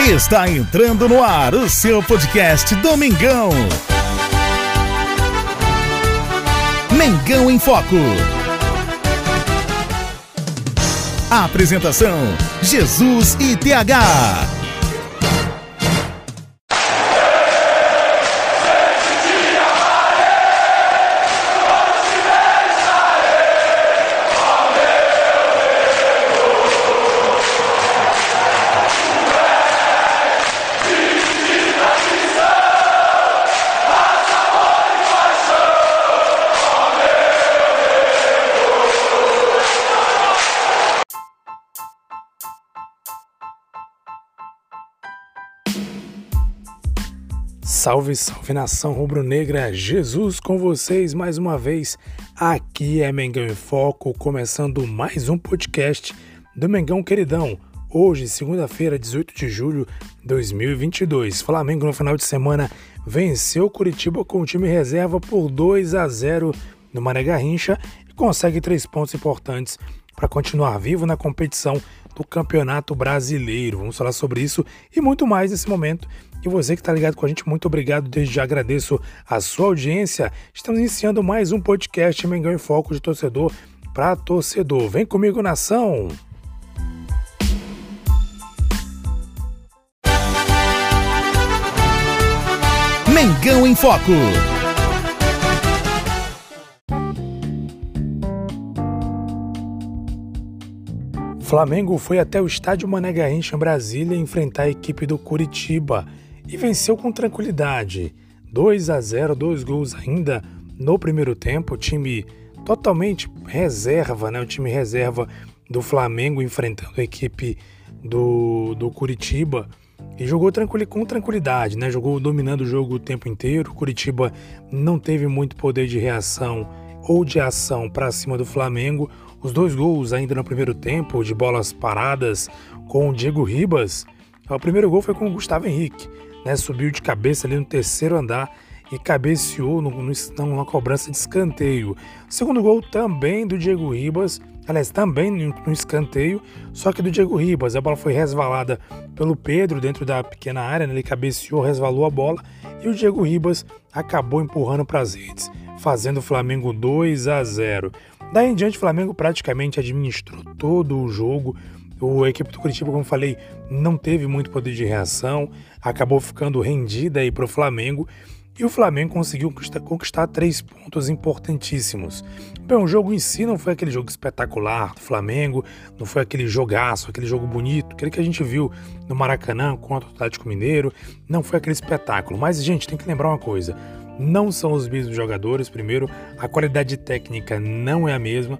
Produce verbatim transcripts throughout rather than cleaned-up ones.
Está entrando no ar o seu podcast Domingão. Mengão em Foco. A apresentação: Jesus e T H. Salve, salve nação rubro-negra, Jesus com vocês mais uma vez. Aqui é Mengão em Foco, começando mais um podcast do Mengão Queridão. Hoje, segunda-feira, dezoito de julho de dois mil e vinte e dois. Flamengo no final de semana venceu Curitiba com o time reserva por dois a zero no Mané Garrincha e consegue três pontos importantes para continuar vivo na competição do Campeonato Brasileiro. Vamos falar sobre isso e muito mais nesse momento. E você que está ligado com a gente, muito obrigado. Desde já agradeço a sua audiência. Estamos iniciando mais um podcast Mengão em Foco, de torcedor para torcedor. Vem comigo, nação! Mengão em Foco. Flamengo foi até o estádio Mané Garrincha em Brasília enfrentar a equipe do Curitiba e venceu com tranquilidade. dois a zero, dois gols ainda no primeiro tempo. O time totalmente reserva, né? O time reserva do Flamengo enfrentando a equipe do, do Curitiba e jogou tranquilo, com tranquilidade, né? Jogou dominando o jogo o tempo inteiro. O Curitiba não teve muito poder de reação ou de ação para cima do Flamengo. Os dois gols ainda no primeiro tempo, de bolas paradas com o Diego Ribas. O primeiro gol foi com o Gustavo Henrique, né? Subiu de cabeça ali no terceiro andar e cabeceou no, no, numa cobrança de escanteio. O segundo gol também do Diego Ribas, aliás, também no, no escanteio, só que do Diego Ribas. A bola foi resvalada pelo Pedro dentro da pequena área, né? Ele cabeceou, resvalou a bola e o Diego Ribas acabou empurrando para as redes, fazendo o Flamengo dois a zero. Daí em diante, o Flamengo praticamente administrou todo o jogo. A equipe do Curitiba, como falei, não teve muito poder de reação, acabou ficando rendida aí para o Flamengo. E o Flamengo conseguiu conquistar, conquistar três pontos importantíssimos. Bem, o jogo em si não foi aquele jogo espetacular do Flamengo, não foi aquele jogaço, aquele jogo bonito, aquele que a gente viu no Maracanã contra o Atlético Mineiro, não foi aquele espetáculo. Mas, gente, tem que lembrar uma coisa: não são os mesmos jogadores. Primeiro, a qualidade técnica não é a mesma,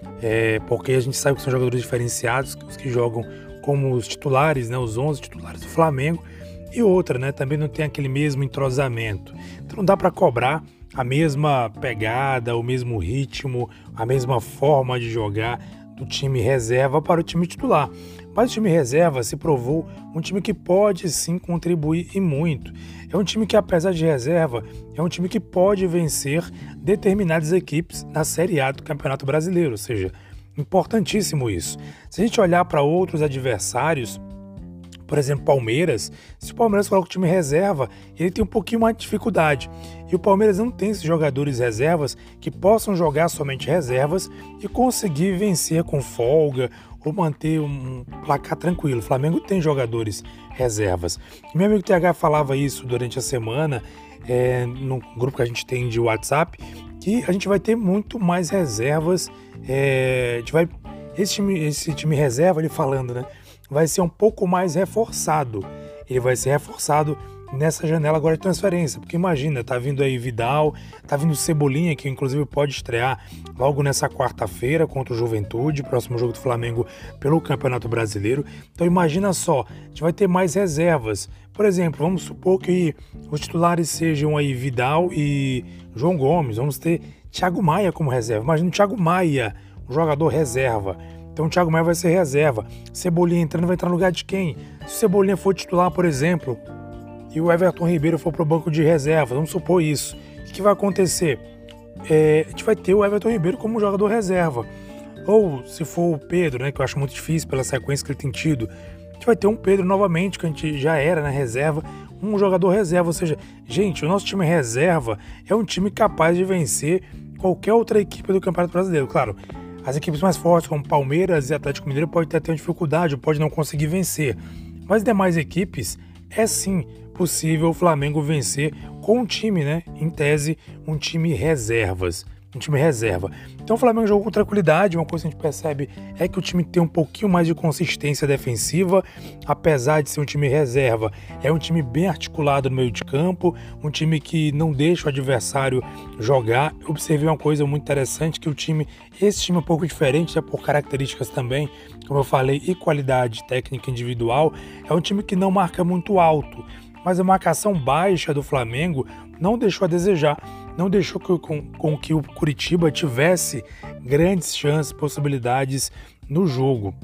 é, porque a gente sabe que são jogadores diferenciados, os que jogam como os titulares, né, os onze titulares do Flamengo, e outra, né, também não tem aquele mesmo entrosamento. Então não dá para cobrar a mesma pegada, o mesmo ritmo, a mesma forma de jogar do time reserva para o time titular. Mas o time reserva se provou um time que pode sim contribuir e muito. É um time que, apesar de reserva, é um time que pode vencer determinadas equipes na Série A do Campeonato Brasileiro. Ou seja, importantíssimo isso. Se a gente olhar para outros adversários, por exemplo, Palmeiras, se o Palmeiras coloca o time reserva, ele tem um pouquinho mais de dificuldade. E o Palmeiras não tem esses jogadores reservas que possam jogar somente reservas e conseguir vencer com folga ou manter um placar tranquilo. O Flamengo tem jogadores reservas. E meu amigo T H falava isso durante a semana, é, no grupo que a gente tem de WhatsApp, que a gente vai ter muito mais reservas. É, a gente vai, esse, time, esse time reserva, ele falando, né, vai ser um pouco mais reforçado. Ele vai ser reforçado nessa janela agora de transferência, porque imagina, tá vindo aí Vidal, tá vindo Cebolinha, que inclusive pode estrear logo nessa quarta-feira contra o Juventude, próximo jogo do Flamengo pelo Campeonato Brasileiro. Então imagina só, a gente vai ter mais reservas. Por exemplo, vamos supor que os titulares sejam aí Vidal e João Gomes, vamos ter Thiago Maia como reserva. Imagina o Thiago Maia, um jogador reserva. Então o Thiago Maia vai ser reserva. Cebolinha entrando, vai entrar no lugar de quem? Se o Cebolinha for titular, por exemplo, e o Everton Ribeiro for para o banco de reserva, vamos supor isso, o que vai acontecer? É, a gente vai ter o Everton Ribeiro como jogador reserva. Ou se for o Pedro, né, que eu acho muito difícil pela sequência que ele tem tido, a gente vai ter um Pedro novamente, que a gente já era na reserva, um jogador reserva, ou seja, gente, o nosso time reserva é um time capaz de vencer qualquer outra equipe do Campeonato Brasileiro. Claro, as equipes mais fortes, como Palmeiras e Atlético Mineiro, podem ter até uma dificuldade, pode não conseguir vencer, mas demais equipes, é sim possível o Flamengo vencer com um time, né, em tese, um time reservas. Um time reserva. Então o Flamengo jogou com tranquilidade, uma coisa que a gente percebe é que o time tem um pouquinho mais de consistência defensiva, apesar de ser um time reserva, é um time bem articulado no meio de campo, um time que não deixa o adversário jogar. Eu observei uma coisa muito interessante, que o time, esse time é um pouco diferente, é por características também, como eu falei, e qualidade técnica individual, é um time que não marca muito alto, mas a marcação baixa do Flamengo não deixou a desejar, não deixou que, com, com que o Curitiba tivesse grandes chances, possibilidades no jogo.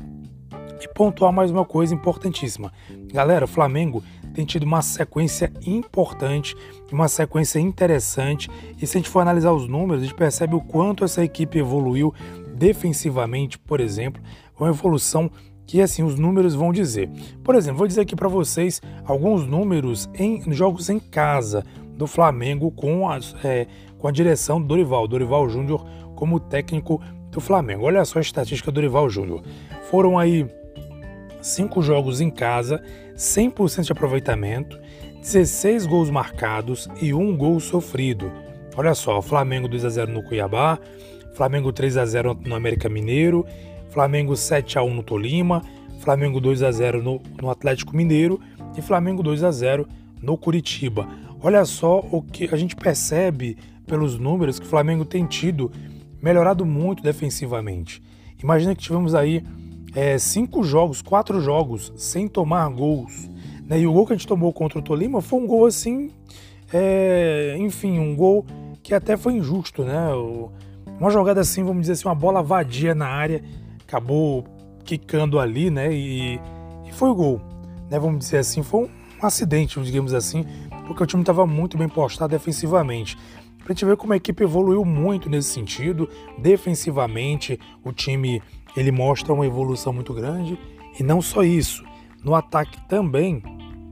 E pontuar mais uma coisa importantíssima. Galera, o Flamengo tem tido uma sequência importante, uma sequência interessante, e se a gente for analisar os números, a gente percebe o quanto essa equipe evoluiu defensivamente, por exemplo, uma evolução que assim os números vão dizer. Por exemplo, vou dizer aqui para vocês alguns números em jogos em casa do Flamengo com a, é, com a direção do Dorival, Dorival Júnior como técnico do Flamengo. Olha só a estatística do Dorival Júnior. Foram aí cinco jogos em casa, cem por cento de aproveitamento, dezesseis gols marcados e um gol sofrido. Olha só, Flamengo dois a zero no Cuiabá, Flamengo três a zero no América Mineiro, Flamengo sete a um no Tolima, Flamengo dois a zero no, no Atlético Mineiro e Flamengo dois a zero no Curitiba. Olha só o que a gente percebe pelos números que o Flamengo tem tido melhorado muito defensivamente. Imagina que tivemos aí é, cinco jogos, quatro jogos sem tomar gols, né? E o gol que a gente tomou contra o Tolima foi um gol assim, é, enfim, um gol que até foi injusto, né? Uma jogada assim, vamos dizer assim, uma bola vadia na área, acabou quicando ali, né? E, e foi o gol, né? Vamos dizer assim, foi um acidente, digamos assim, porque o time estava muito bem postado defensivamente. Pra gente ver como a equipe evoluiu muito nesse sentido, defensivamente, o time ele mostra uma evolução muito grande, e não só isso, no ataque também,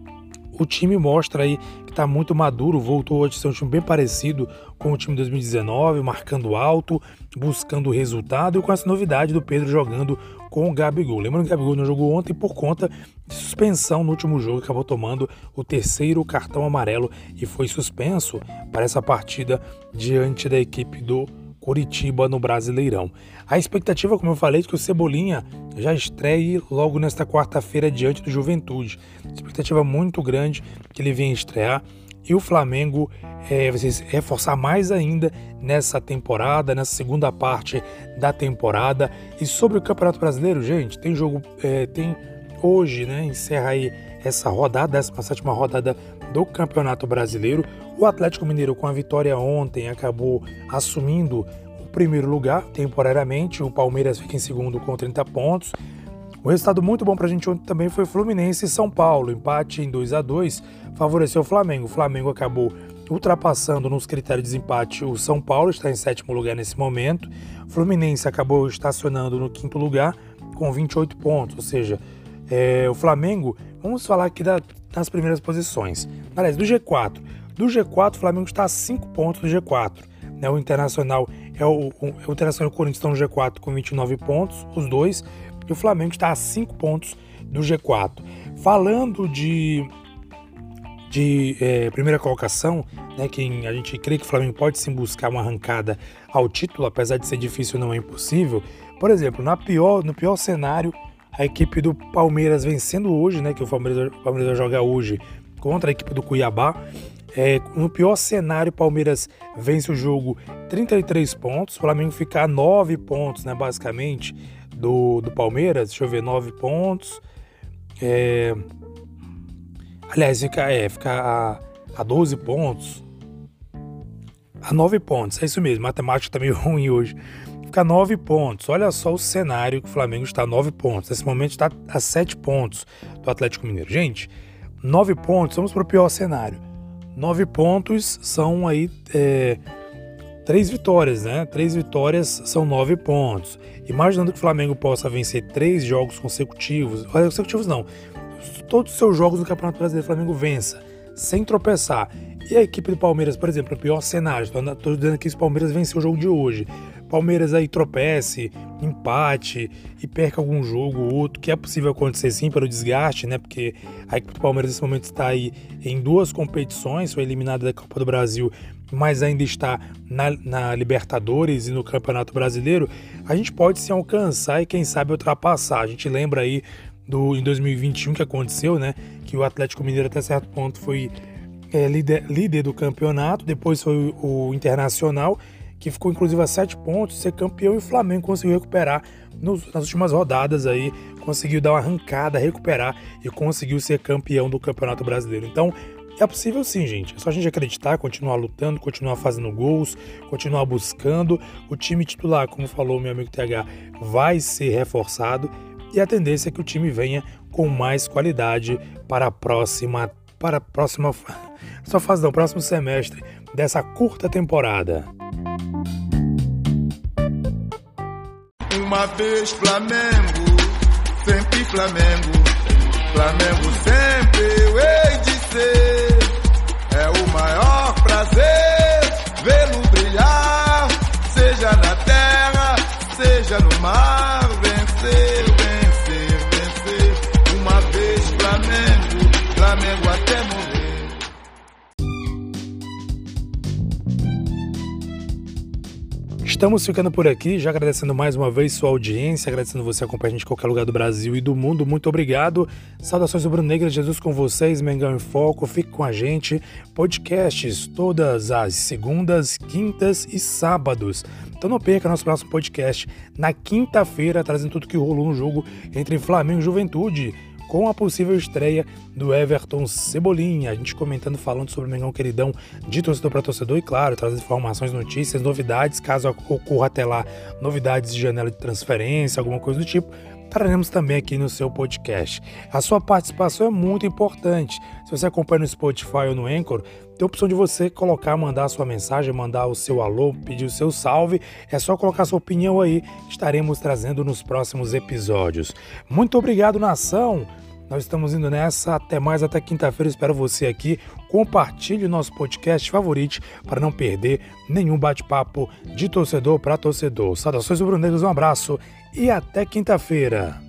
o time mostra aí que está muito maduro, voltou a ser um time bem parecido com o time de dois mil e dezenove, marcando alto, buscando resultado, e com essa novidade do Pedro jogando com o Gabigol. Lembrando que o Gabigol não jogou ontem por conta de suspensão no último jogo, acabou tomando o terceiro cartão amarelo e foi suspenso para essa partida diante da equipe do Curitiba no Brasileirão. A expectativa, como eu falei, é que o Cebolinha já estreie logo nesta quarta-feira diante do Juventude. Expectativa muito grande que ele venha estrear, e o Flamengo é, vai se reforçar mais ainda nessa temporada, nessa segunda parte da temporada. E sobre o Campeonato Brasileiro, gente, tem jogo, é, tem hoje, né, encerra aí essa rodada, décima sétima rodada do Campeonato Brasileiro. O Atlético Mineiro, com a vitória ontem, acabou assumindo o primeiro lugar temporariamente. O Palmeiras fica em segundo com trinta pontos. Um resultado muito bom pra gente ontem também foi Fluminense e São Paulo. Empate em dois a dois favoreceu o Flamengo. O Flamengo acabou ultrapassando nos critérios de desempate o São Paulo, está em sétimo lugar nesse momento. O Fluminense acabou estacionando no quinto lugar com vinte e oito pontos, ou seja, é, o Flamengo, vamos falar aqui da, das primeiras posições. Aliás, do G quatro. Do G quatro, o Flamengo está a cinco pontos do G quatro. Né? O Internacional é o, o, o Internacional e o Corinthians estão no G quatro com vinte e nove pontos, os dois, e o Flamengo está a cinco pontos do G quatro. Falando de, de é, primeira colocação, né, que a gente crê que o Flamengo pode sim buscar uma arrancada ao título, apesar de ser difícil, não é impossível. Por exemplo, na pior, no pior cenário, a equipe do Palmeiras vencendo hoje, né, que o Palmeiras, o Palmeiras vai jogar hoje contra a equipe do Cuiabá. É, no pior cenário, o Palmeiras vence o jogo trinta e três pontos, o Flamengo fica a nove pontos, né, basicamente, do, do Palmeiras. Deixa eu ver, nove pontos. É, aliás, fica, é, fica a, a doze pontos. A nove pontos, é isso mesmo, matemática tá meio ruim hoje. Fica nove pontos. Olha só o cenário que o Flamengo está a nove pontos. Nesse momento está a sete pontos do Atlético Mineiro. Gente, nove pontos, vamos para o pior cenário. nove pontos são aí é, três vitórias, né? Três vitórias são nove pontos. Imaginando que o Flamengo possa vencer três jogos consecutivos, olha, consecutivos não, todos os seus jogos no Campeonato Brasileiro o Flamengo vença, sem tropeçar. E a equipe do Palmeiras, por exemplo, o pior cenário, estou dizendo aqui se o Palmeiras vencer o jogo de hoje, Palmeiras aí tropece, empate e perca algum jogo ou outro, que é possível acontecer sim pelo desgaste, né? Porque a equipe do Palmeiras nesse momento está aí em duas competições, foi eliminada da Copa do Brasil, mas ainda está na, na Libertadores e no Campeonato Brasileiro. A gente pode se alcançar e quem sabe ultrapassar. A gente lembra aí do em dois mil e vinte e um que aconteceu, né? Que o Atlético Mineiro até certo ponto foi é, líder, líder do campeonato, depois foi o, o Internacional, que ficou inclusive a sete pontos, ser campeão, e o Flamengo conseguiu recuperar nos, nas últimas rodadas aí, conseguiu dar uma arrancada, recuperar e conseguiu ser campeão do Campeonato Brasileiro. Então é possível sim, gente, é só a gente acreditar, continuar lutando, continuar fazendo gols, continuar buscando. O time titular, como falou meu amigo T H, vai ser reforçado e a tendência é que o time venha com mais qualidade para a próxima, para a próxima, só faz não, próximo semestre dessa curta temporada. Uma vez Flamengo, sempre Flamengo, Flamengo sempre eu hei de ser. É o maior prazer vê-lo brilhar, seja na terra, seja no mar. Vencer, vencer, vencer. Uma vez Flamengo, Flamengo até morrer. Estamos ficando por aqui, já agradecendo mais uma vez sua audiência, agradecendo você acompanhar a gente em qualquer lugar do Brasil e do mundo. Muito obrigado. Saudações rubro-negras, Jesus com vocês, Mengão em Foco. Fique com a gente. Podcasts todas as segundas, quintas e sábados. Então não perca nosso próximo podcast na quinta-feira, trazendo tudo que rolou no jogo entre Flamengo e Juventude, com a possível estreia do Everton Cebolinha, a gente comentando, falando sobre o Mengão queridão de torcedor para torcedor e, claro, trazendo informações, notícias, novidades, caso ocorra até lá, novidades de janela de transferência, alguma coisa do tipo, traremos também aqui no seu podcast. A sua participação é muito importante. Se você acompanha no Spotify ou no Anchor, tem a opção de você colocar, mandar a sua mensagem, mandar o seu alô, pedir o seu salve. É só colocar sua opinião aí, que estaremos trazendo nos próximos episódios. Muito obrigado, nação! Nós estamos indo nessa, até mais, até quinta-feira, espero você aqui. Compartilhe o nosso podcast favorito para não perder nenhum bate-papo de torcedor para torcedor. Saudações rubro-negras, um abraço e até quinta-feira.